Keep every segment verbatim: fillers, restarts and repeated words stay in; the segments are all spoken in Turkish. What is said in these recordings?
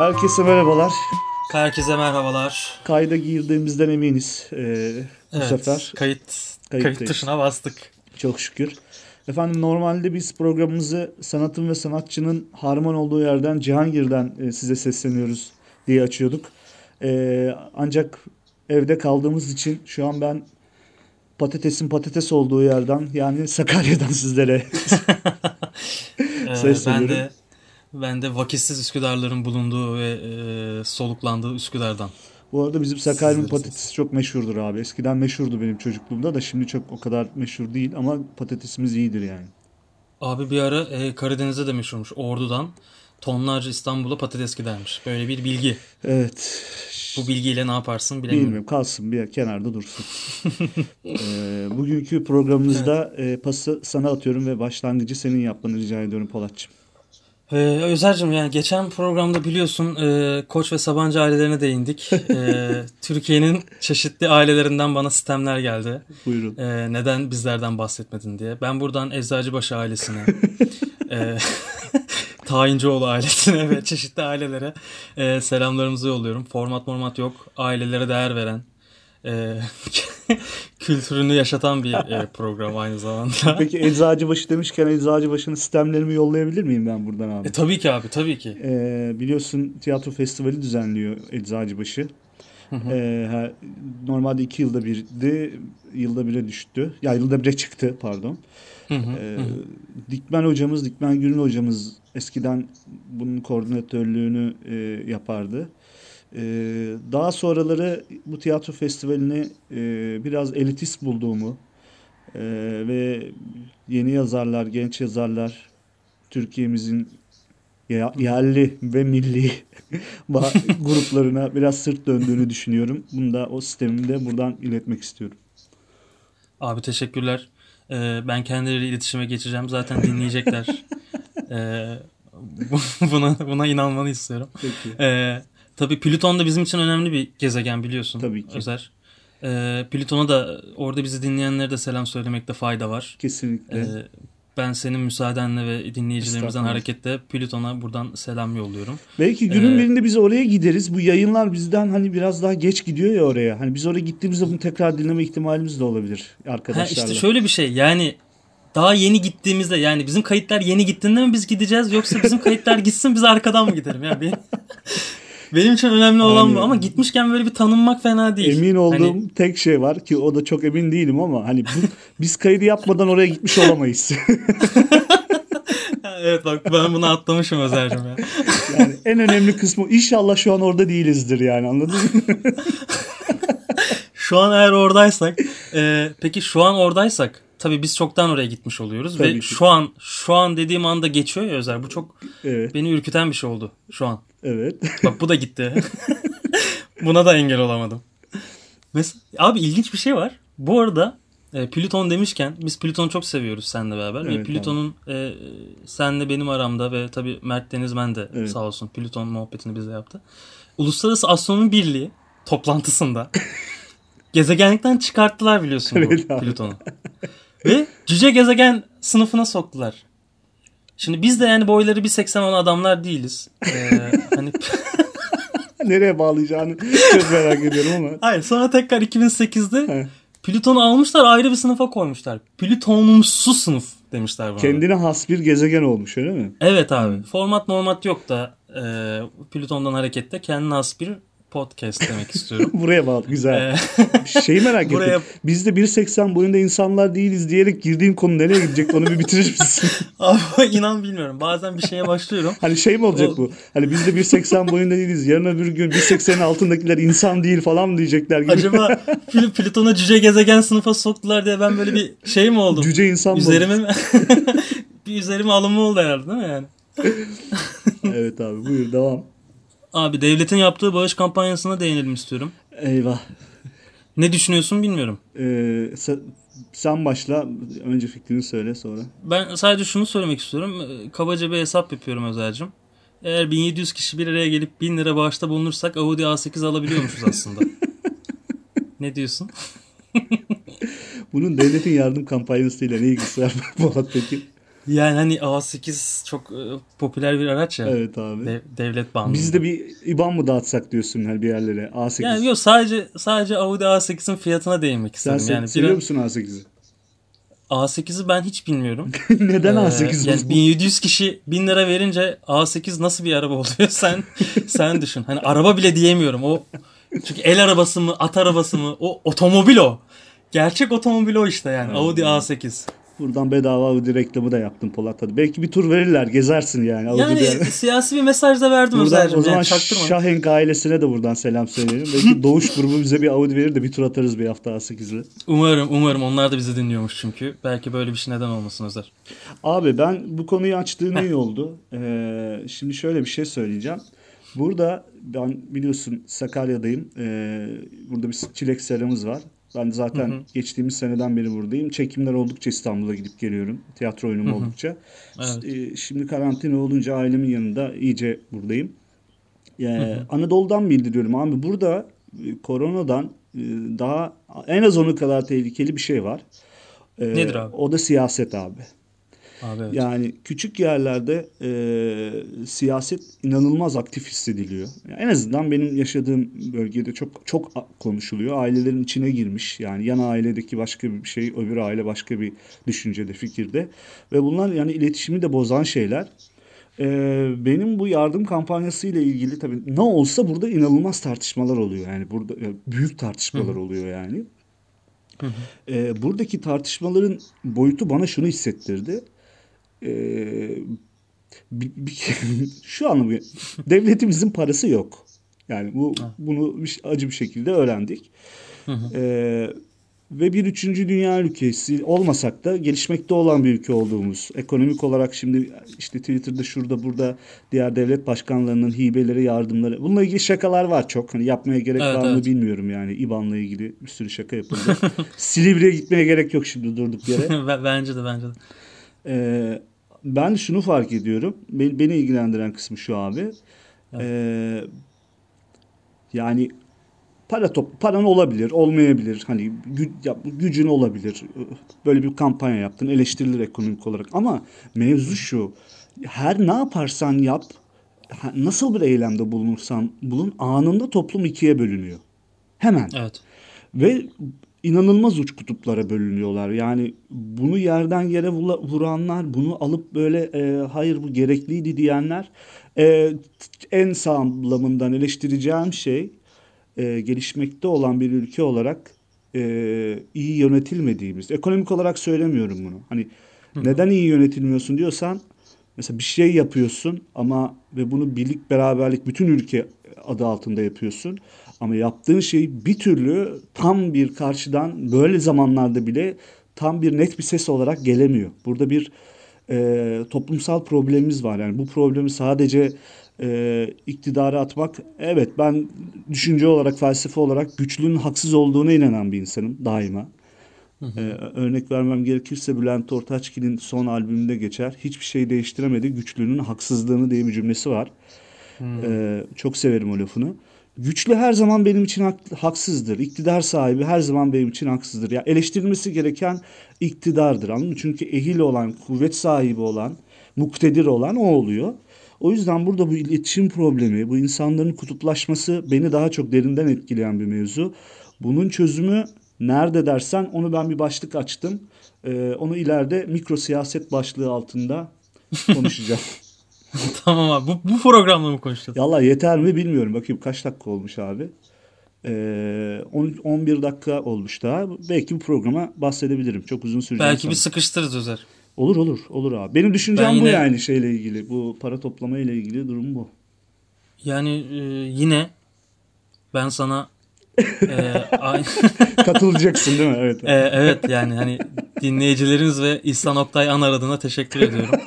Herkese merhabalar. Herkese merhabalar. Kayda girdiğimizden eminiz. Ee, bu evet, sefer kayıt kayıt tuşuna bastık. Çok şükür. Efendim normalde biz programımızı sanatın ve sanatçının harman olduğu yerden Cihangir'den e, size sesleniyoruz diye açıyorduk. E, ancak evde kaldığımız için şu an ben patatesin patates olduğu yerden yani Sakarya'dan sizlere sesleniyorum. Ben de ben de vakitsiz Üsküdarların bulunduğu ve e, soluklandığı Üsküdar'dan. Bu arada bizim Sakarya'nın patatesi çok meşhurdur abi. Eskiden meşhurdu benim çocukluğumda da şimdi çok o kadar meşhur değil ama patatesimiz iyidir yani. Abi bir ara e, Karadeniz'de de meşhurmuş. Ordu'dan tonlarca İstanbul'a patates gidermiş. Böyle bir bilgi. Evet. Bu bilgiyle ne yaparsın bilemiyorum. Bilmiyorum, kalsın bir kenarda dursun. ee, bugünkü programımızda evet. e, pası sana atıyorum ve başlangıcı senin yapmanı rica ediyorum Polatcığım. Ee, Özer'cim yani geçen programda biliyorsun e, Koç ve Sabancı ailelerine değindik. E, Türkiye'nin çeşitli ailelerinden bana sistemler geldi. Buyurun. E, neden bizlerden bahsetmedin diye. Ben buradan Eczacıbaşı ailesine, e, Tayincioğlu ailesine ve çeşitli ailelere e, selamlarımızı yolluyorum. Format format yok. Ailelere değer veren, e, kültürünü yaşatan bir e, program aynı zamanda. Peki Eczacıbaşı demişken Eczacıbaşı'nın sistemlerimi yollayabilir miyim ben buradan abi? E, tabii ki abi tabii ki. E, biliyorsun tiyatro festivali düzenliyor Eczacıbaşı. Hı hı. E, normalde iki yılda birdi, yılda bire düştü. Ya yılda bire çıktı pardon. Hı hı, e, hı. Dikmen hocamız, Dikmen Gürün hocamız eskiden bunun koordinatörlüğünü e, yapardı. Ee, daha sonraları bu tiyatro festivalini e, biraz elitist bulduğumu e, ve yeni yazarlar, genç yazarlar Türkiye'mizin yerli ve milli gruplarına biraz sırt döndüğünü düşünüyorum. Bunu da o sistemimde buradan iletmek istiyorum. Abi teşekkürler. Ee, ben kendileriyle iletişime geçeceğim. Zaten dinleyecekler. ee, buna buna inanmanı istiyorum. Peki. Ee, Tabii Plüton da bizim için önemli bir gezegen biliyorsun. Tabii ki. Özer. Ee, Plüton'a da orada bizi dinleyenlere de selam söylemekte fayda var. Kesinlikle. Ee, ben senin müsaadenle ve dinleyicilerimizden hareketle Plüton'a buradan selam yolluyorum. Belki günün ee, birinde biz oraya gideriz. Bu yayınlar bizden hani biraz daha geç gidiyor ya oraya. Hani biz oraya gittiğimizde bunu tekrar dinleme ihtimalimiz de olabilir arkadaşlarla. Ha işte şöyle bir şey yani daha yeni gittiğimizde yani bizim kayıtlar yeni gittiğinde mi biz gideceğiz yoksa bizim kayıtlar gitsin biz arkadan mı gidelim? Yani benim, benim için önemli olan yani, bu ama gitmişken böyle bir tanınmak fena değil. Emin olduğum hani, tek şey var ki o da çok emin değilim ama hani bu, biz kaydı yapmadan oraya gitmiş olamayız. Evet bak ben bunu atlamışım Özer'cim ya. Yani en önemli kısmı inşallah şu an orada değilizdir yani anladın mı? Şu an eğer oradaysak e, peki şu an oradaysak tabii biz çoktan oraya gitmiş oluyoruz tabii ve ki. şu an şu an dediğim anda geçiyor ya Özer bu çok evet. Beni ürküten bir şey oldu şu an. Evet. Bak bu da gitti. Buna da engel olamadım. Mesela abi ilginç bir şey var. Bu arada e, Plüton demişken biz Plüton'u çok seviyoruz seninle beraber evet, ve Plüton'un e, senle benim aramda ve tabii Mert Denizmen de evet. sağ olsun Plüton muhabbetini bize yaptı. Uluslararası Astronomi Birliği toplantısında gezegenlikten çıkarttılar biliyorsun evet, bu Plüton'u. Ve cüce gezegen sınıfına soktular. Şimdi biz de yani boyları bir seksen olan adamlar değiliz. Ee, hani nereye bağlayacağını çok merak ediyorum ama. Hayır sonra tekrar iki bin sekizde Plüton'u almışlar ayrı bir sınıfa koymuşlar. Plütonumsu sınıf demişler bana. Kendine has bir gezegen olmuş öyle mi? Evet abi. Hmm. Format normat yok da e, Plüton'dan hareketle kendine has bir podcast demek istiyorum. Buraya bağlı. Güzel. Şeyi merak buraya... ettim. Biz de bir seksen boyunda insanlar değiliz diyerek girdiğin konu nereye gidecek onu bir bitirir misin? Abi inan bilmiyorum. Bazen bir şeye başlıyorum. Hani şey mi olacak o... bu? Hani biz de bir seksen boyunda değiliz. Yarın öbür gün bir seksenin altındakiler insan değil falan mı diyecekler gibi. Acaba Plüton'a cüce gezegen sınıfa soktular diye ben böyle bir şey mi oldum? Cüce insan mı üzerime mi? Bir üzerime alımı oldu herhalde değil mi yani? Evet abi buyur devam. Abi devletin yaptığı bağış kampanyasına değinelim istiyorum. Eyvah. Ne düşünüyorsun bilmiyorum. Ee, sen, sen başla. Önce fikrini söyle sonra. Ben sadece şunu söylemek istiyorum. Kabaca bir hesap yapıyorum Özer'cim. Eğer bin yedi yüz kişi bir araya gelip bin lira bağışta bulunursak Audi A sekiz alabiliyormuşuz aslında. Ne diyorsun? Bunun devletin yardım kampanyasıyla ne ilgisi var Polat peki? Yani hani A sekiz çok e, popüler bir araç ya. Evet abi. De, devlet bandında. Biz de bir İBAN mı dağıtsak diyorsun her bir yerlere A sekiz. Yani yok, sadece sadece Audi A sekizin fiyatına değinmek Sen istedim. se- Yani seviyor biraz musun A sekizi? A sekizi ben hiç bilmiyorum. Neden Ee, A sekiz yani olsun? bin yedi yüz kişi bin lira verince A sekiz nasıl bir araba oluyor sen sen düşün. Hani araba bile diyemiyorum. O çünkü el arabası mı, at arabası mı? O otomobil o. Gerçek otomobil o işte yani. Audi A sekiz. Buradan bedava Audi reklamı da yaptım Polat. Hadi belki bir tur verirler, gezersin yani. Audi'de. Yani siyasi bir mesaj da verdim buradan, Özer'cim. o zaman Yani çaktırma. Şahenk ailesine de buradan selam söyleyelim. Belki Doğuş grubu bize bir Audi verir de bir tur atarız bir hafta A sekizle. Umarım, umarım. Onlar da bizi dinliyormuş çünkü. Belki böyle bir şey neden olmasın Özer. Abi ben bu konuyu açtığın iyi oldu. Ee, şimdi şöyle bir şey söyleyeceğim. Burada ben biliyorsun Sakarya'dayım. Ee, burada bir çilek seramız var. Ben zaten hı hı. geçtiğimiz seneden beri buradayım. Çekimler oldukça İstanbul'a gidip geliyorum. Tiyatro oyunum hı hı. oldukça. Evet. Ee, şimdi karantina olunca ailemin yanında iyice buradayım. Ee, hı hı. Anadolu'dan bildiriyorum abi. Burada e, koronadan e, daha en az onun kadar tehlikeli bir şey var. Ee, Nedir abi? O da siyaset abi. Abi evet. Yani küçük yerlerde e, siyaset inanılmaz aktif hissediliyor. Yani en azından benim yaşadığım bölgede çok çok konuşuluyor. Ailelerin içine girmiş. Yani yan ailedeki başka bir şey, öbür aile başka bir düşüncede, fikirde. Ve bunlar yani iletişimi de bozan şeyler. E, benim bu yardım kampanyası ile ilgili tabii ne olsa burada inanılmaz tartışmalar oluyor. Yani burada büyük tartışmalar Hı. oluyor yani. Hı hı. E, buradaki tartışmaların boyutu bana şunu hissettirdi. Ee, bir, bir, şu anlamı devletimizin parası yok. Yani bu bunu acı bir şekilde öğrendik. Hı hı. Ee, ve bir üçüncü dünya ülkesi olmasak da gelişmekte olan bir ülke olduğumuz, ekonomik olarak şimdi işte Twitter'da şurada burada diğer devlet başkanlarının hibeleri, yardımları, bununla ilgili şakalar var çok. Hani yapmaya gerek evet, var mı evet. bilmiyorum yani. İBAN'la ilgili bir sürü şaka yapıldı. Silivri'ye gitmeye gerek yok şimdi durduk yere. Bence de bence de. Ee, ben şunu fark ediyorum. Beni, beni ilgilendiren kısmı şu abi. Evet. Ee, yani para top, paran olabilir, olmayabilir. Hani gü, ya, gücün olabilir. Böyle bir kampanya yaptın, eleştirilir ekonomik olarak. Ama mevzu şu. Her ne yaparsan yap, nasıl bir eylemde bulunursan bulun, anında toplum ikiye bölünüyor. Hemen. Evet. Ve inanılmaz uç kutuplara bölünüyorlar. Yani bunu yerden yere vuranlar, bunu alıp böyle e, hayır bu gerekliydi diyenler. E, en sağlamından eleştireceğim şey e, gelişmekte olan bir ülke olarak e, iyi yönetilmediğimiz. Ekonomik olarak söylemiyorum bunu. Hani Hı. neden iyi yönetilmiyorsun diyorsan mesela bir şey yapıyorsun ama ve bunu birlik beraberlik bütün ülke adı altında yapıyorsun. Ama yaptığın şey bir türlü tam bir karşıdan böyle zamanlarda bile tam bir net bir ses olarak gelemiyor. Burada bir e, toplumsal problemimiz var. Yani bu problemi sadece e, iktidara atmak, evet ben düşünce olarak, felsefe olarak güçlünün haksız olduğuna inanan bir insanım daima. Hı hı. Ee, örnek vermem gerekirse Bülent Ortaçgil'in son albümünde geçer. Hiçbir şey değiştiremedi, güçlünün haksızlığını diye bir cümlesi var. Ee, çok severim o lafını. Güçlü her zaman benim için hak, haksızdır. İktidar sahibi her zaman benim için haksızdır. Yani eleştirilmesi gereken iktidardır. Anladın mı? Çünkü ehil olan, kuvvet sahibi olan, muktedir olan o oluyor. O yüzden burada bu iletişim problemi, bu insanların kutuplaşması beni daha çok derinden etkileyen bir mevzu. Bunun çözümü nerede dersen onu ben bir başlık açtım. Ee, onu ileride mikro siyaset başlığı altında konuşacağım. Tamam abi. Bu, bu programda mı konuşacağız? Yallah yeter mi bilmiyorum. Bakayım kaç dakika olmuş abi. Ee, on, on bir dakika olmuş daha. Belki bu programa bahsedebilirim. Çok uzun sürecek. Belki sanırım. Bir sıkıştırırız Özer. Olur olur. Olur abi. Benim düşüncem ben bu yine... yani şeyle ilgili. Bu para toplama ile ilgili durum bu. Yani e, yine ben sana e, aynı... katılacaksın değil mi? Evet. E, evet yani hani dinleyicileriniz ve İhsan Oktay Anar adına teşekkür ediyorum.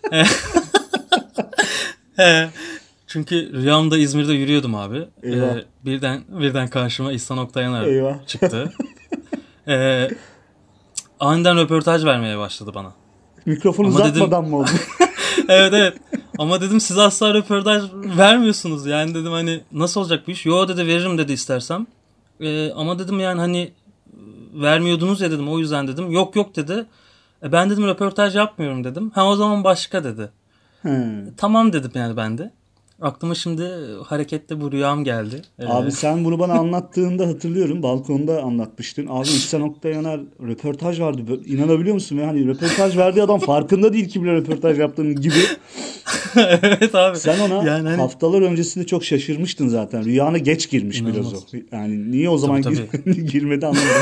Çünkü rüyamda İzmir'de yürüyordum abi. Eyvah. Ee, birden birden karşıma İhsan Oktay Anar çıktı. Ee, aniden röportaj vermeye başladı bana. Mikrofonu Ama uzatmadan dedim... mı oldu? evet evet. Ama dedim siz asla röportaj vermiyorsunuz. Yani dedim hani nasıl olacak bu iş? Yo dedi veririm dedi istersem. Ee, ama dedim yani hani vermiyordunuz ya dedim o yüzden dedim. Yok yok dedi. E ben dedim röportaj yapmıyorum dedim. Ha o zaman başka dedi. He. Tamam dedim yani ben de. Aklıma şimdi harekette bu rüyam geldi. Abi Ee, sen bunu bana anlattığında hatırlıyorum. Balkonda anlatmıştın. Abi İhsan Oktayaner röportaj vardı. Böyle, İnanabiliyor musun? Yani röportaj verdiği adam farkında değil ki bile röportaj yaptığının gibi. evet abi. Sen ona yani hani... haftalar öncesinde çok şaşırmıştın zaten. Rüyana geç girmiş İnanılmaz. biraz o. Yani niye o zaman tabii, tabii. Gir- girmedi anlamadım.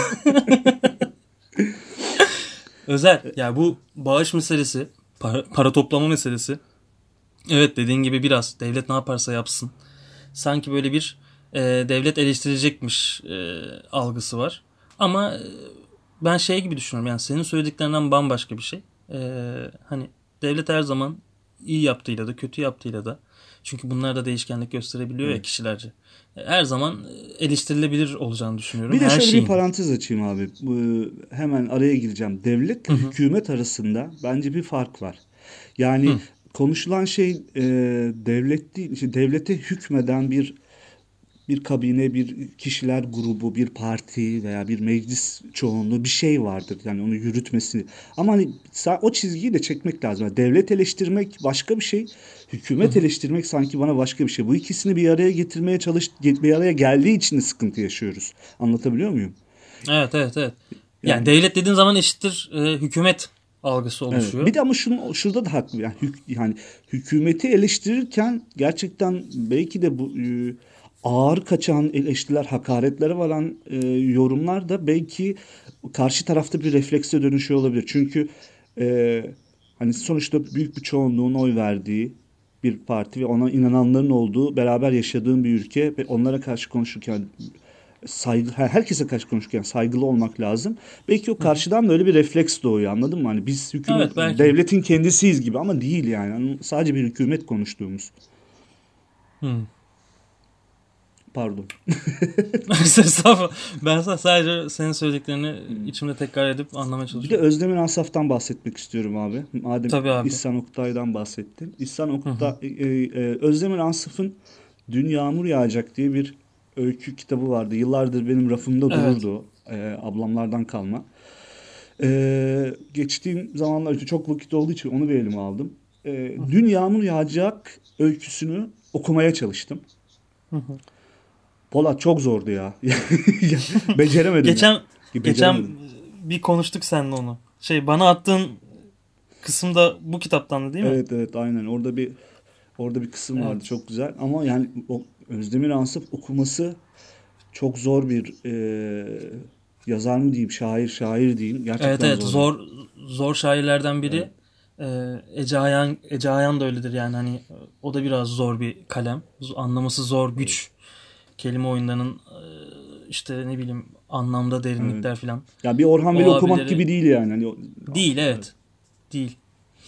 Özel. Yani bu bağış meselesi, para, para toplama meselesi. Evet dediğin gibi biraz devlet ne yaparsa yapsın. Sanki böyle bir e, devlet eleştirecekmiş e, algısı var. Ama e, ben şey gibi düşünüyorum. Yani senin söylediklerinden bambaşka bir şey. E, hani devlet her zaman iyi yaptığıyla da kötü yaptığıyla da, çünkü bunlar da değişkenlik gösterebiliyor Evet. ya kişilerce. E, her zaman eleştirilebilir olacağını düşünüyorum. Bir de her şöyle şeyin. bir parantez açayım abi. Bu, hemen araya gireceğim. Devletle Hı hı. hükümet arasında bence bir fark var. Yani Hı. konuşulan şey e, devlet değil, işte devlete hükmeden bir bir kabine, bir kişiler grubu, bir parti veya bir meclis çoğunluğu bir şey vardır. Yani onu yürütmesi. Ama hani o çizgiyi de çekmek lazım. Yani devlet eleştirmek başka bir şey. Hükümet Hı hı. eleştirmek sanki bana başka bir şey. Bu ikisini bir araya getirmeye çalış, bir araya geldiği için de sıkıntı yaşıyoruz. Anlatabiliyor muyum? Evet evet evet. Yani Yani devlet dediğin zaman eşittir e, hükümet algısı evet. oluşuyor. Bir de ama şunu, şurada da haklı. Yani, hük, yani hükümeti eleştirirken gerçekten belki de bu e, ağır kaçan eleştiriler, hakaretlere varan e, yorumlar da belki karşı tarafta bir reflekse dönüşüyor olabilir. Çünkü e, hani sonuçta büyük bir çoğunluğun oy verdiği bir parti ve ona inananların olduğu, beraber yaşadığın bir ülke ve onlara karşı konuşurken saygı, herkese karşı konuşurken saygılı olmak lazım. Belki o Hı hı. karşıdan böyle bir refleks doğuyor, anladın mı? Hani biz hükümet, Evet belki de. devletin kendisiyiz gibi ama değil yani. Hani sadece bir hükümet konuştuğumuz. Hı. Pardon. Estağfurullah. Ben sa- sadece senin söylediklerini içimde tekrar edip anlamaya Bir de çalışıyorum. Özdemir Asaf'tan bahsetmek istiyorum abi. Madem Tabii abi. İhsan Oktay'dan bahsettin. İhsan Hı hı. Oktay, e, e, Özdemir Asaf'ın Dün Yağmur Yağacak diye bir öykü kitabı vardı. Yıllardır benim rafımda Evet. dururdu o. E, ablamlardan kalma. E, geçtiğim zamanlar çok vakit olduğu için onu bir elime aldım. E, Hı hı. Dün Yağmur Yağacak öyküsünü okumaya çalıştım. Hı hı. Polat çok zordu ya. Ya, Beceremedim ya. Geçen geçen Beceremedim. bir konuştuk seninle onu. Şey bana attığın kısımda bu kitaptandı değil mi? Evet evet aynen. Orada bir orada bir kısım vardı Evet. çok güzel. Ama yani o Özdemir Ansıf okuması çok zor bir e, yazar mı diyeyim, şair şair diyeyim. Evet Gerçekten evet zor ya. zor zor şairlerden Evet. biri. Ee, Ece Ayan, Ece Ayan da öyledir yani hani o da biraz zor bir kalem. Z- Anlaması zor, Evet. güç. Kelime oyunlarının e, işte ne bileyim anlamda Evet. derinlikler filan. Ya bir Orhan Veli O okumak abileri gibi değil yani. Hani o- değil evet. evet. Değil.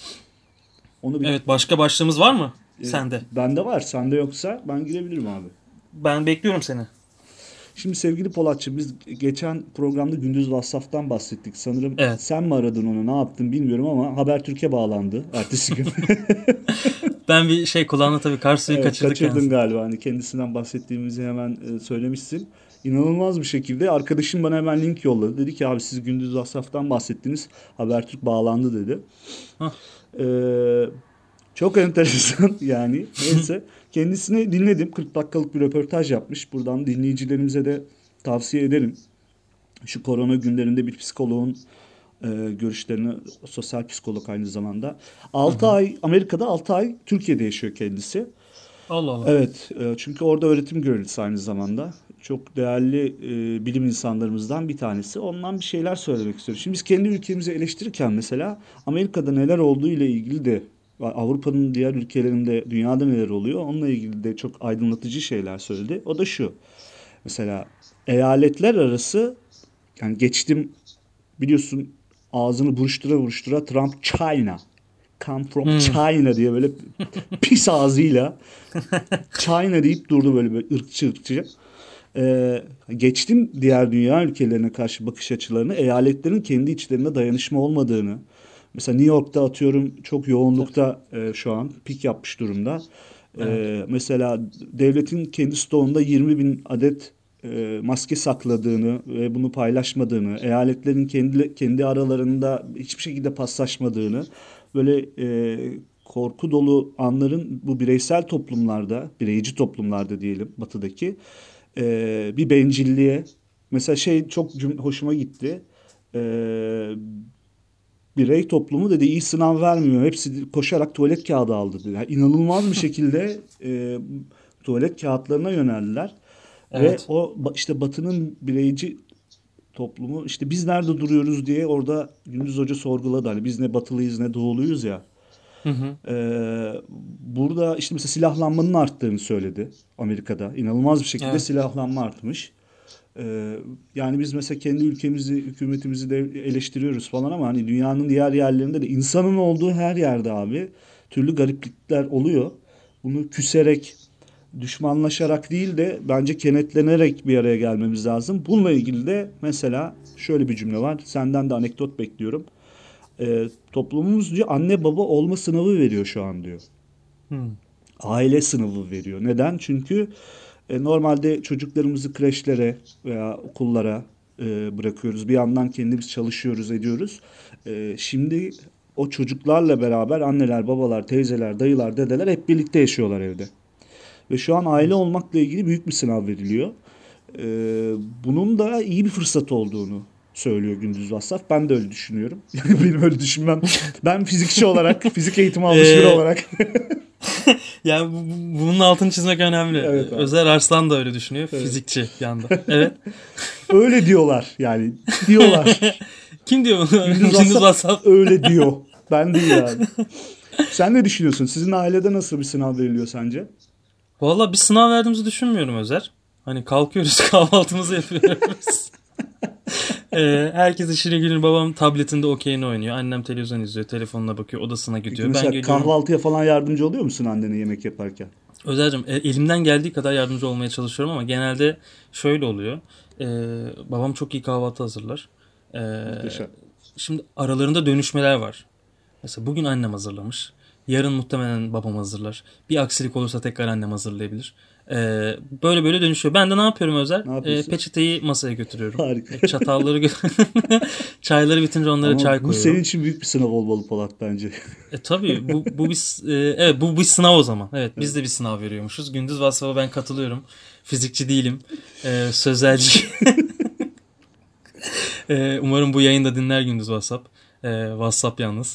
Onu bir Evet başka başlığımız var mı e, sende? bende var. Sende yoksa ben girebilirim abi. Ben bekliyorum seni. Şimdi sevgili Polatçı biz geçen programda Gündüz Vassaf'tan bahsettik. Sanırım Evet. sen mi aradın onu ne yaptın bilmiyorum ama Habertürk'e bağlandı ertesi gün. Ben bir şey kulağına tabii kar suyu Evet kaçırdık kaçırdın kendisi. galiba. Hani kendisinden bahsettiğimizi hemen e, söylemişsin. İnanılmaz bir şekilde arkadaşım bana hemen link yolladı. Dedi ki abi siz Gündüz Vassaf'tan bahsettiniz. Habertürk bağlandı dedi. Hah. Ee, çok enteresan yani. Neyse kendisini dinledim. kırk dakikalık bir röportaj yapmış. Buradan dinleyicilerimize de tavsiye ederim. Şu korona günlerinde bir psikoloğun e, görüşlerini, sosyal psikolog aynı zamanda. Hı altı hı. ay Amerika'da, altı ay Türkiye'de yaşıyor kendisi. Allah Allah. Evet, e, çünkü orada öğretim görevlisi aynı zamanda. Çok değerli e, bilim insanlarımızdan bir tanesi. Ondan bir şeyler söylemek istiyorum. Şimdi biz kendi ülkemizi eleştirirken mesela Amerika'da neler olduğu ile ilgili de Avrupa'nın diğer ülkelerinde dünyada neler oluyor onunla ilgili de çok aydınlatıcı şeyler söyledi. O da şu. Mesela eyaletler arası yani geçtim biliyorsun ağzını buruştura buruştura Trump China come from Hmm. China diye böyle pis ağzıyla China deyip durdu böyle, böyle ırkçı ırkçı. Ee, geçtim diğer dünya ülkelerine karşı bakış açılarını, eyaletlerin kendi içlerinde dayanışma olmadığını. Mesela New York'ta atıyorum çok Tabii. yoğunlukta e, şu an pik yapmış durumda. Evet. Ee, mesela devletin kendi stoğunda yirmi bin adet e, maske sakladığını ve bunu paylaşmadığını, eyaletlerin kendi kendi aralarında hiçbir şekilde paslaşmadığını, böyle e, korku dolu anların bu bireysel toplumlarda, bireyci toplumlarda diyelim batıdaki e, bir bencilliğe, mesela şey çok cüm- hoşuma gitti. E, birey toplumu dedi iyi sınav vermiyor. Hepsi koşarak tuvalet kağıdı aldı dedi. Yani inanılmaz bir şekilde e, tuvalet kağıtlarına yöneldiler. Evet. Ve o işte Batı'nın bireyci toplumu işte biz nerede duruyoruz diye orada Gündüz Hoca sorguladı. Hani biz ne batılıyız ne doğuluyuz ya. Hı hı. Ee, burada işte mesela silahlanmanın arttığını söyledi Amerika'da. İnanılmaz bir şekilde evet. silahlanma artmış. Ee, yani biz mesela kendi ülkemizi, hükümetimizi de eleştiriyoruz falan ama hani dünyanın diğer yerlerinde de insanın olduğu her yerde abi türlü gariplikler oluyor. Bunu küserek, düşmanlaşarak değil de bence kenetlenerek bir araya gelmemiz lazım. Bununla ilgili de mesela şöyle bir cümle var. Senden de anekdot bekliyorum. Ee, toplumumuz diyor anne baba olma sınavı veriyor şu an diyor. Hmm. Aile sınavı veriyor. Neden? Çünkü e, normalde çocuklarımızı kreşlere veya okullara e, bırakıyoruz. Bir yandan kendimiz çalışıyoruz, ediyoruz. E, şimdi o çocuklarla beraber anneler, babalar, teyzeler, dayılar, dedeler hep birlikte yaşıyorlar evde. Ve şu an aile olmakla ilgili büyük bir sınav veriliyor. Ee, bunun da iyi bir fırsat olduğunu söylüyor Gündüz Vassaf. Ben de öyle düşünüyorum. Yani benim öyle düşünmem. Ben fizikçi olarak, fizik eğitimi almış biri olarak. Yani bu, bunun altını çizmek önemli. Evet, Özer Arslan da öyle düşünüyor. Evet. Fizikçi yanda. Evet. Öyle diyorlar yani. Diyorlar. Kim diyor bunu? Gündüz Vassaf, Vassaf öyle diyor. Ben değil yani. Sen ne düşünüyorsun? Sizin ailede nasıl bir sınav veriliyor sence? Valla bir sınav verdiğimizi düşünmüyorum Özer. Hani kalkıyoruz kahvaltımızı yapıyoruz. ee, herkes işine günü babam tabletinde okeyini oynuyor. Annem televizyon izliyor. Telefonuna bakıyor. Odasına gidiyor. Peki ben geliyorum. Kahvaltıya falan yardımcı oluyor musun annene yemek yaparken? Özer'cim elimden geldiği kadar yardımcı olmaya çalışıyorum ama genelde şöyle oluyor. Ee, babam çok iyi kahvaltı hazırlar. Ee, şimdi aralarında dönüşmeler var. Mesela bugün annem hazırlamış. Yarın muhtemelen babam hazırlar. Bir aksilik olursa tekrar annem hazırlayabilir. Ee, böyle böyle dönüşüyor. Ben de ne yapıyorum Özer? Ne ee, peçeteyi masaya götürüyorum. Harika. Çatalları gö- çayları bitince onlara ama çay bu koyuyorum. Bu senin için büyük bir sınav olmalı Polat bence. E tabii bu bu bir e, evet bu bir sınav o zaman. Evet biz de bir sınav veriyormuşuz. Gündüz Vassaf'a ben katılıyorum. Fizikçi değilim. Ee, sözelci. ee, umarım bu yayını da dinler Gündüz Vassaf. Ee, WhatsApp yalnız.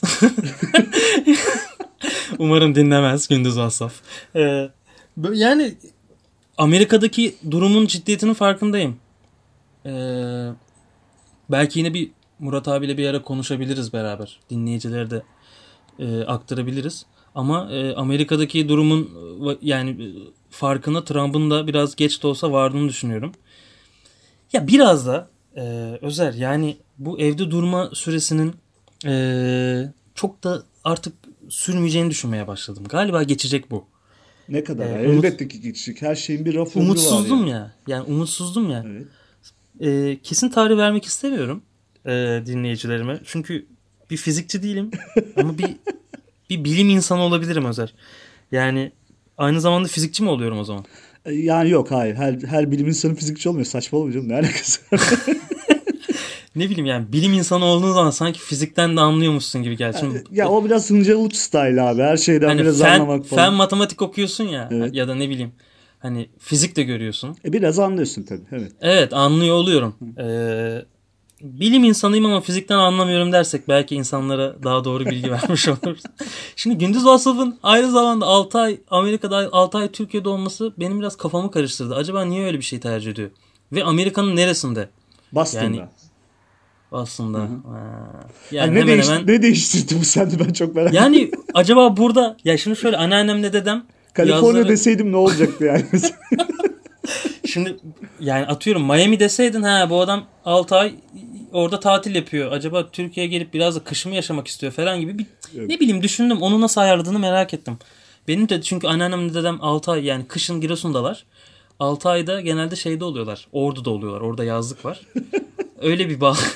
Umarım dinlemez Gündüz Vassaf. Ee, yani Amerika'daki durumun ciddiyetinin farkındayım. Ee, belki yine bir Murat abiyle bir ara konuşabiliriz beraber. Dinleyicilere de e, aktarabiliriz. Ama e, Amerika'daki durumun yani farkına Trump'ın da biraz geç de olsa vardığını düşünüyorum. Ya biraz da e, Özer yani bu evde durma süresinin e, çok da artık sürmeyeceğini düşünmeye başladım. Galiba geçecek bu. Ne kadar? Ee, Elbette ki geçecek. Her şeyin bir raf ömrü var. Umutsuzdum yani. ya. Yani umutsuzdum ya. Evet. Ee, kesin tarih vermek istemiyorum e, dinleyicilerime. Çünkü bir fizikçi değilim. Ama bir bir bilim insanı olabilirim Özer. Yani aynı zamanda fizikçi mi oluyorum o zaman? Yani yok hayır. Her, her bilim insanı fizikçi olmuyor. Saçmalama canım. Ne alakası var? Ne bileyim yani bilim insanı olduğun zaman sanki fizikten de anlıyormuşsun gibi geldi. Şimdi, ya o biraz Hıncal Uç style abi. Her şeyden hani biraz fen, anlamak falan. Fen matematik okuyorsun ya. Evet. Ya da ne bileyim. Hani fizik de görüyorsun. E biraz anlıyorsun tabii. Evet. Evet anlıyor oluyorum. Ee, bilim insanıyım ama fizikten anlamıyorum dersek belki insanlara daha doğru bilgi vermiş oluruz. Şimdi Gündüz Vassaf'ın aynı zamanda altı ay Amerika'da altı ay Türkiye'de olması benim biraz kafamı karıştırdı. Acaba niye öyle bir şey tercih ediyor? Ve Amerika'nın neresinde? Boston'da. Yani aslında. Yani, yani ne, hemen değiş, hemen... ne değiştirdi bu sende ben çok merak ediyorum. Yani acaba burada ya şimdi şöyle anneannemle dedem Kaliforniya yazları... deseydim ne olacaktı yani? Şimdi yani atıyorum Miami deseydin ha bu adam altı ay orada tatil yapıyor. Acaba Türkiye'ye gelip biraz da kış mı yaşamak istiyor falan gibi bir evet. Ne bileyim düşündüm. Onu nasıl ayarladığını merak ettim. Benim de çünkü anneannemle dedem altı ay yani kışın Giresun'dalar. altı ayda genelde şeyde oluyorlar. Ordu'da oluyorlar. Orada yazlık var. Öyle bir bağ.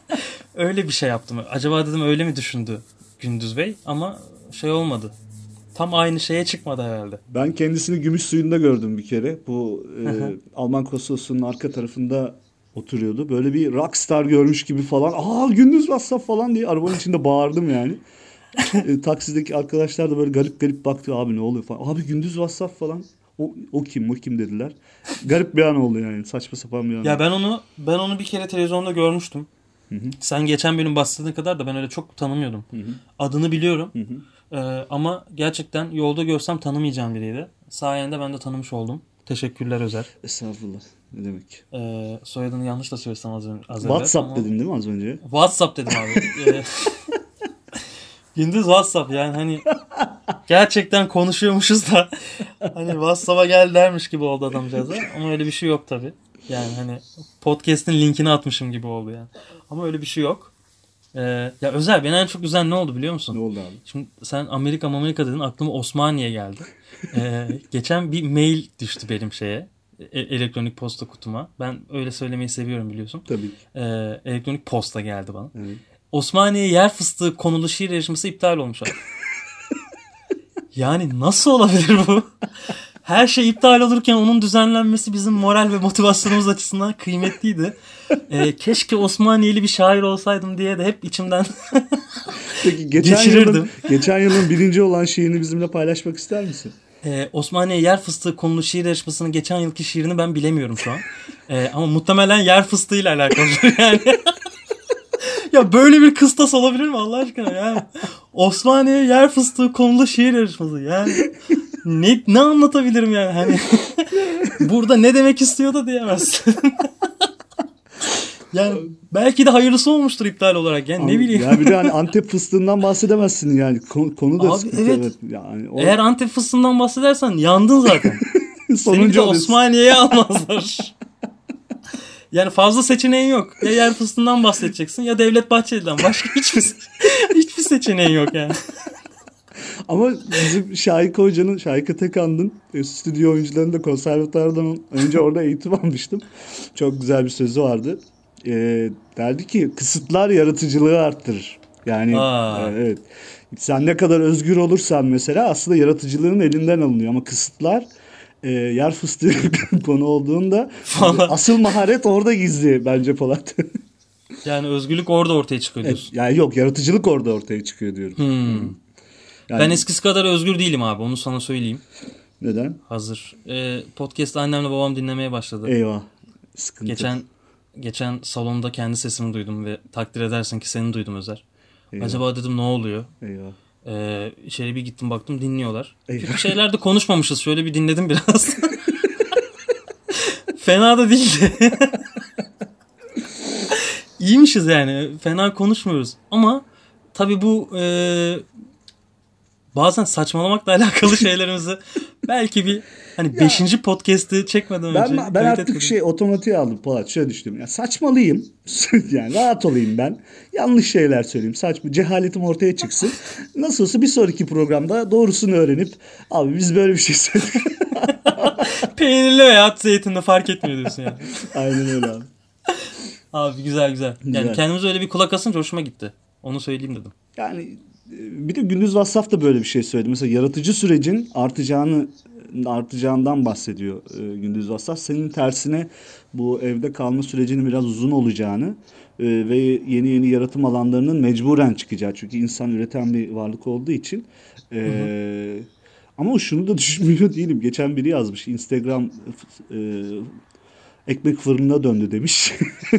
Öyle bir şey yaptım. Acaba dedim öyle mi düşündü Gündüz Bey? Ama şey olmadı. tam aynı şeye çıkmadı herhalde. Ben kendisini gümüş suyunda gördüm bir kere. Bu e, Alman konsolosunun arka tarafında oturuyordu. Böyle bir rockstar görmüş gibi falan. Aa Gündüz WhatsApp falan diye arabanın içinde bağırdım yani. e, taksideki arkadaşlar da böyle garip garip baktı. Abi ne oluyor falan. Abi Gündüz WhatsApp falan. O, o kim o kim dediler. Garip bir an oldu yani. Saçma sapan bir an. Ya ben onu ben onu bir kere televizyonda görmüştüm. Hı hı. Sen geçen bölüm bahsettiğine kadar da ben öyle çok tanımıyordum. Hı hı. Adını biliyorum. Hı hı. Ee, ama gerçekten yolda görsem tanımayacağım biriydi. Sayende ben de tanımış oldum. Teşekkürler Özer. Estağfurullah. Ne demek? Ee, soyadını yanlış da söylesem az önce. Az WhatsApp ama... dedin değil mi az önce? WhatsApp dedim abi. Gündüz WhatsApp yani hani gerçekten konuşuyormuşuz da hani WhatsApp'a gel dermiş gibi oldu adamcağıza. Ama öyle bir şey yok tabii. Yani hani podcast'in linkini atmışım gibi oldu yani. Ama öyle bir şey yok. Ee, ya Özer beni en çok üzen ne oldu biliyor musun? Ne oldu abi? Şimdi sen Amerika Amerika dedin aklıma Osmaniye geldi. Ee, geçen bir mail düştü benim şeye. E- elektronik posta kutuma. Ben öyle söylemeyi seviyorum biliyorsun. Tabii. Ee, elektronik posta geldi bana. Evet. Osmaniye yer fıstığı konulu şiir yarışması iptal olmuş abi. Yani nasıl olabilir bu? Her şey iptal olurken onun düzenlenmesi bizim moral ve motivasyonumuz açısından kıymetliydi. Ee, keşke Osmaniyeli bir şair olsaydım diye de hep içimden Peki geçen geçirirdim. Yılın, geçen yılın birinci olan şiirini bizimle paylaşmak ister misin? Ee, Osmaniye yer fıstığı konulu şiir yarışmasının geçen yılki şiirini ben bilemiyorum şu an. Ee, ama muhtemelen yer fıstığıyla alakalı yani. Ya böyle bir kıstas olabilir mi Allah aşkına yani? Osmaniye yer fıstığı konulu şiir yarışması yani. Ne ne anlatabilirim yani hani burada ne demek istiyor da diyemezsin. Yani belki de hayırlısı olmuştur iptal olarak yani ne bileyim. Ya bir de hani Antep fıstığından bahsedemezsin yani konu, konu da Abi, sıkıntı. evet. Evet. Yani o... Eğer Antep fıstığından bahsedersen yandın zaten. Seni de Osmaniye'ye almazlar. Yani fazla seçeneğin yok. Ya yer fıstığından bahsedeceksin ya Devlet Bahçeli'den. Başka hiçbir hiçbir seçeneğin yok yani. Ama bizim Şahika Hoca'nın, Şahika Tekan'ın stüdyo oyuncularının da konservatuardan önce orada eğitim almıştım. Çok güzel bir sözü vardı. E, derdi ki kısıtlar yaratıcılığı arttırır. Yani Aa. e, evet. Sen ne kadar özgür olursan mesela aslında yaratıcılığın elinden alınıyor. Ama kısıtlar e, yer fıstığı konu olduğunda asıl maharet orada gizli bence Polat. Yani özgürlük orada ortaya çıkıyor diyorsun. Evet, yani yok yaratıcılık orada ortaya çıkıyor diyorum. Hmm. Yani, ben eskisi kadar özgür değilim abi onu sana söyleyeyim. Neden? Hazır. Ee, podcast annemle babam dinlemeye başladı. Eyvah. Sıkıntı. Geçen geçen salonda kendi sesimi duydum ve takdir edersin ki seni duydum Özer. Eyvah. Acaba dedim ne oluyor? Eyvah. Ee, içeri bir gittim baktım dinliyorlar. Eyvah. Kötü şeyler de konuşmamışız. Şöyle bir dinledim biraz. Fena da değildi. İyiymişiz yani. Fena konuşmuyoruz. Ama tabii bu e, bazen saçmalamakla alakalı şeylerimizi belki bir hani beşinci podcast'ı çekmeden ben, önce ben artık etmedim. Şey otomatiğe aldım Polat. Şöyle düşündüm. Ya saçmalıyım. Yani rahat olayım ben. Yanlış şeyler söyleyeyim. Saçma. Cehaletim ortaya çıksın. Nasıl olsa bir sonraki programda doğrusunu öğrenip abi biz böyle bir şey söyledik. Peynirli veya zeytinli fark etmiyor diyorsun yani. Aynen öyle abi. Abi güzel güzel. Yani güzel. Kendimize öyle bir kulak asınca hoşuma gitti. Onu söyleyeyim dedim. Yani bir de Gündüz WhatsApp da böyle bir şey söyledi. Mesela yaratıcı sürecin artacağını artacağından bahsediyor e, Gündüz WhatsApp. Senin tersine bu evde kalma sürecinin biraz uzun olacağını e, ve yeni yeni yaratım alanlarının mecburen çıkacağı. Çünkü insan üreten bir varlık olduğu için. E, hı hı. Ama şunu da düşünmüyor değilim. Geçen biri yazmış. Instagram e, ekmek fırınına döndü demiş.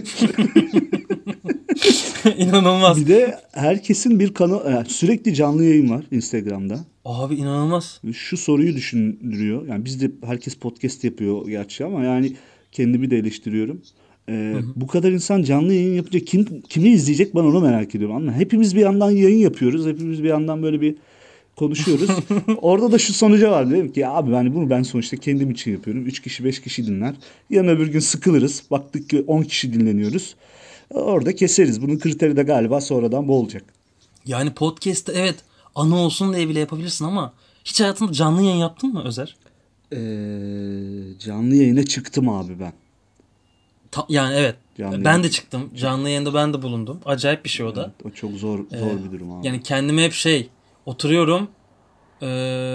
İnanılmaz. Bir de herkesin bir kanal, yani sürekli canlı yayın var Instagram'da. Abi inanılmaz. Şu soruyu düşündürüyor. Yani biz de herkes podcast yapıyor gerçi ama yani kendimi de eleştiriyorum. Ee, bu kadar insan canlı yayın yapınca kim kimi izleyecek ben onu merak ediyorum. Anladın mı? Hepimiz bir yandan yayın yapıyoruz. Hepimiz bir yandan böyle bir konuşuyoruz. Orada da şu sonuca var dedim ki abi yani bunu ben sonuçta kendim için yapıyorum. üç kişi beş kişi dinler. Yarın öbür gün sıkılırız. Baktık ki on kişi dinleniyoruz. Orada keseriz. Bunun kriteri de galiba sonradan bu olacak. Yani podcast'te evet anı olsun diye bile yapabilirsin ama hiç hayatında canlı yayın yaptın mı Özer? Ee, canlı yayına çıktım abi ben. Ta- yani evet. Canlı ben yayın. de çıktım. Canlı yayında ben de bulundum. Acayip bir şey o da. Evet, o çok zor zor ee, bir durum abi. Yani kendime hep şey oturuyorum. Ee,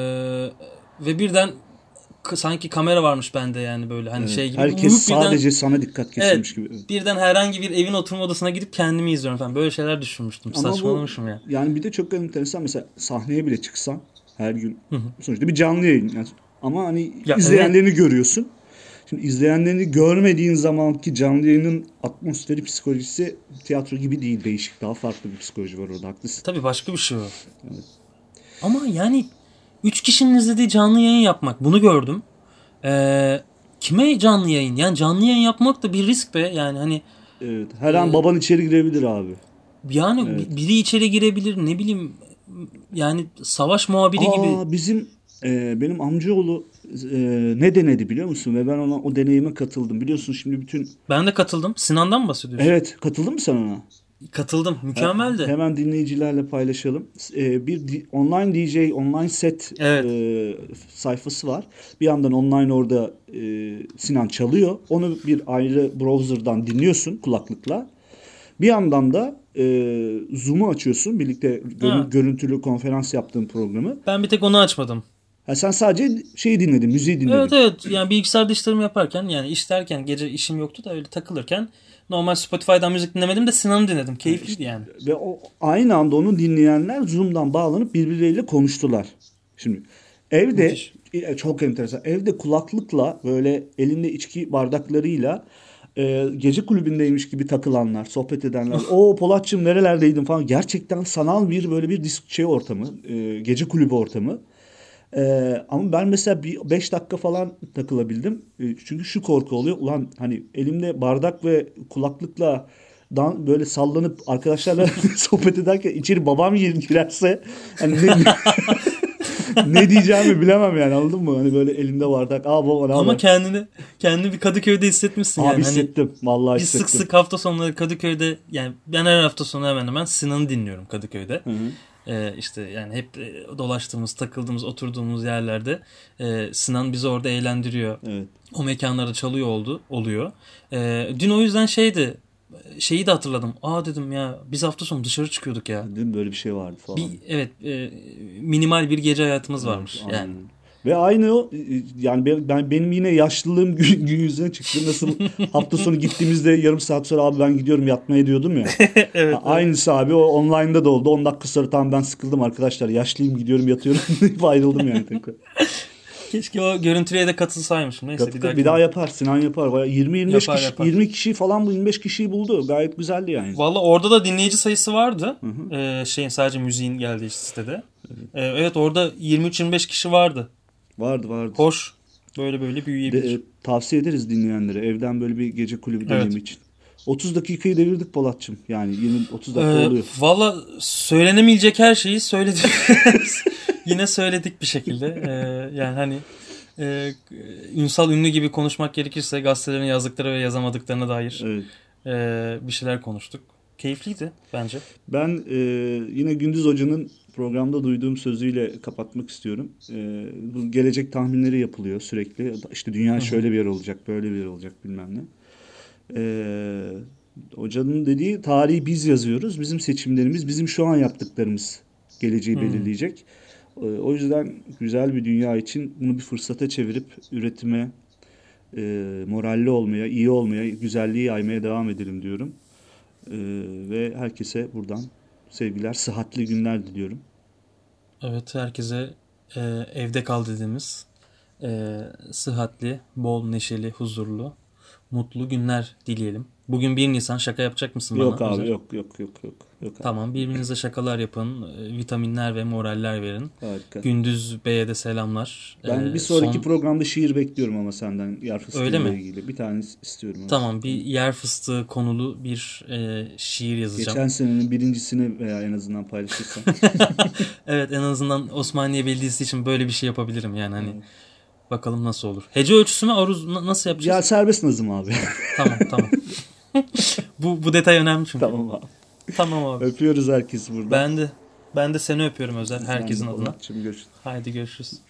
ve birden k- sanki kamera varmış bende yani böyle hani Evet. şey gibi. Herkes Vup birden- sadece sana dikkat kesilmiş Evet, gibi. birden herhangi bir evin oturma odasına gidip kendimi izliyorum falan. Böyle şeyler düşünmüştüm. Ama bu Saçmalamışım ya. yani bir de çok enteresan, mesela sahneye bile çıksan her gün Hı hı. sonuçta bir canlı yayın. Yani ama hani Ya izleyenlerini görüyorsun. Şimdi izleyenlerini görmediğin zamanki canlı yayının atmosferi, psikolojisi tiyatro gibi değil, değişik. Daha farklı bir psikoloji var orada, haklısın. Tabii başka bir şey o. Ama yani üç kişinin izlediği canlı yayın yapmak. Bunu gördüm. Ee, kime canlı yayın? Yani canlı yayın yapmak da bir risk be. Yani hani Evet, her an baban içeri girebilir abi. yani Evet. biri içeri girebilir, ne bileyim, yani savaş muhabiri gibi. Aa, bizim e, benim amcaoğlu e, ne denedi biliyor musun? Ve ben ona o deneyime katıldım. Biliyorsun şimdi bütün... Ben de katıldım. Sinan'dan mı bahsediyorsun? Evet, katıldın mı sen ona? Katıldım. Mükemmeldi. Hemen dinleyicilerle paylaşalım. E, bir di- online D J, online set Evet. e, sayfası var. Bir yandan online orada e, Sinan çalıyor. Onu bir ayrı browser'dan dinliyorsun kulaklıkla. Bir yandan da e, Zoom'u açıyorsun. Birlikte görün- Ha. görüntülü konferans yaptığın programı. Ben bir tek onu açmadım. Ha, sen sadece şeyi dinledin, müziği dinledin. Evet evet, yani bilgisayarda işlerimi yaparken, yani iş derken gece işim yoktu da öyle takılırken normal Spotify'dan müzik dinlemedim de Sinan'ı dinledim. Keyifliydi yani. Ve o aynı anda onu dinleyenler Zoom'dan bağlanıp birbirleriyle konuştular. Şimdi evde Müthiş. e, çok enteresan. Evde kulaklıkla böyle elinde içki bardaklarıyla e, gece kulübündeymiş gibi takılanlar, sohbet edenler. O Polatçım nerelerdeydin falan. Gerçekten sanal bir böyle bir disk şey ortamı, e, gece kulübü ortamı. Ee, ama ben mesela bir beş dakika falan takılabildim. Ee, çünkü şu korku oluyor. Ulan hani elimde bardak ve kulaklıkla dan böyle sallanıp arkadaşlarla sohbet ederken içeri babam gir- girerse hani ne, ne diyeceğimi bilemem yani, anladın mı? Hani böyle elimde bardak. Aa baba ne Ama haber? kendini kendini bir Kadıköy'de hissetmişsin Abi yani. Hani hissettim. Vallahi biz hissettim. sık sık hafta sonları Kadıköy'de, yani ben her hafta sonu hemen hemen Sinan'ı dinliyorum Kadıköy'de. Hı hı. Ee, işte yani hep e, dolaştığımız, takıldığımız, oturduğumuz yerlerde e, Sinan bizi orada eğlendiriyor. Evet. O mekanlarda çalıyor oldu, oluyor. Ee, dün o yüzden şeydi, şeyi de hatırladım. Aa dedim ya, biz hafta sonu dışarı çıkıyorduk ya. Değil mi? Böyle bir şey vardı falan. Bir evet, e, minimal bir gece hayatımız varmış Aynen. yani. Ve aynı o yani ben, ben benim yine yaşlılığım gün, gün yüzüne çıktı. Nasıl hafta sonu gittiğimizde yarım saat sonra abi ben gidiyorum yatmaya diyordum ya. evet, evet. Aynısı abi o online'da da oldu. on dakika sonra tamam ben sıkıldım arkadaşlar. Yaşlıyım gidiyorum yatıyorum deyip ayrıldım yani tekrar. Keşke o görüntüye de katılsaymışım. Neyse, Kat- bir, kat- dahaki bir daha yapar. Sinan yapar. Bayağı yirmi yirmi beş Yapar, kişi, yapar. yirmi kişi falan bu yirmi beş kişiyi buldu. Gayet güzeldi yani. Valla orada da dinleyici sayısı vardı. Ee, şeyin sadece müziğin geldiği sitede. Ee, evet, orada yirmi üç yirmi beş kişi vardı. Vardı vardı. Hoş. Böyle böyle De, büyüyebilir. e, tavsiye ederiz dinleyenlere evden böyle bir gece kulübü Evet. deneyimi için. otuz dakikayı devirdik Polatçım. Yani yirmi otuz dakika Ee, oluyor. Valla söylenemeyecek her şeyi söyledik. Yine söyledik bir şekilde. Ee, yani hani e, Ünsal Ünlü gibi konuşmak gerekirse gazetelerin yazdıkları ve yazamadıklarına dair Evet. e, bir şeyler konuştuk. Keyifliydi bence. Ben e, yine Gündüz Hoca'nın programda duyduğum sözüyle kapatmak istiyorum. E, bu gelecek tahminleri yapılıyor sürekli. İşte dünya şöyle bir yer olacak, böyle bir yer olacak bilmem ne. E, hocanın dediği tarihi biz yazıyoruz. Bizim seçimlerimiz, bizim şu an yaptıklarımız geleceği Hı. belirleyecek. E, o yüzden güzel bir dünya için bunu bir fırsata çevirip üretime, e, moralli olmaya, iyi olmaya, güzelliği yaymaya devam edelim diyorum. Ee, ve herkese buradan sevgiler, sıhhatli günler diliyorum. Evet, herkese e, evde kal dediğimiz e, sıhhatli, bol, neşeli, huzurlu, mutlu günler dileyelim. Bugün bir Nisan, şaka yapacak mısın bana? Yok abi, Özer? yok yok yok yok. yok abi. Tamam, birbirinize şakalar yapın, e, vitaminler ve moraller verin. Harika. Gündüz Bey'e de selamlar. Ben E, bir sonraki son- programda şiir bekliyorum ama senden yer fıstığı Öyle ile mi? ilgili. Bir tane istiyorum. Ama. Tamam, bir yer fıstığı konulu bir e, şiir yazacağım. Geçen senenin birincisini veya en azından paylaşırsan. Evet, en azından Osmaniye Belediyesi için böyle bir şey yapabilirim yani hani. Bakalım nasıl olur. Hece ölçüsü mü, aruz na- nasıl yapacağız? Ya serbest nazım abi. Tamam tamam. bu bu detay önemli çünkü. Tamam abi. Tamam abi. Öpüyoruz herkesi burada. Ben de ben de seni öpüyorum Özer, herkesin Ben de adına. Polatçığım, görüşürüz. Haydi görüşürüz.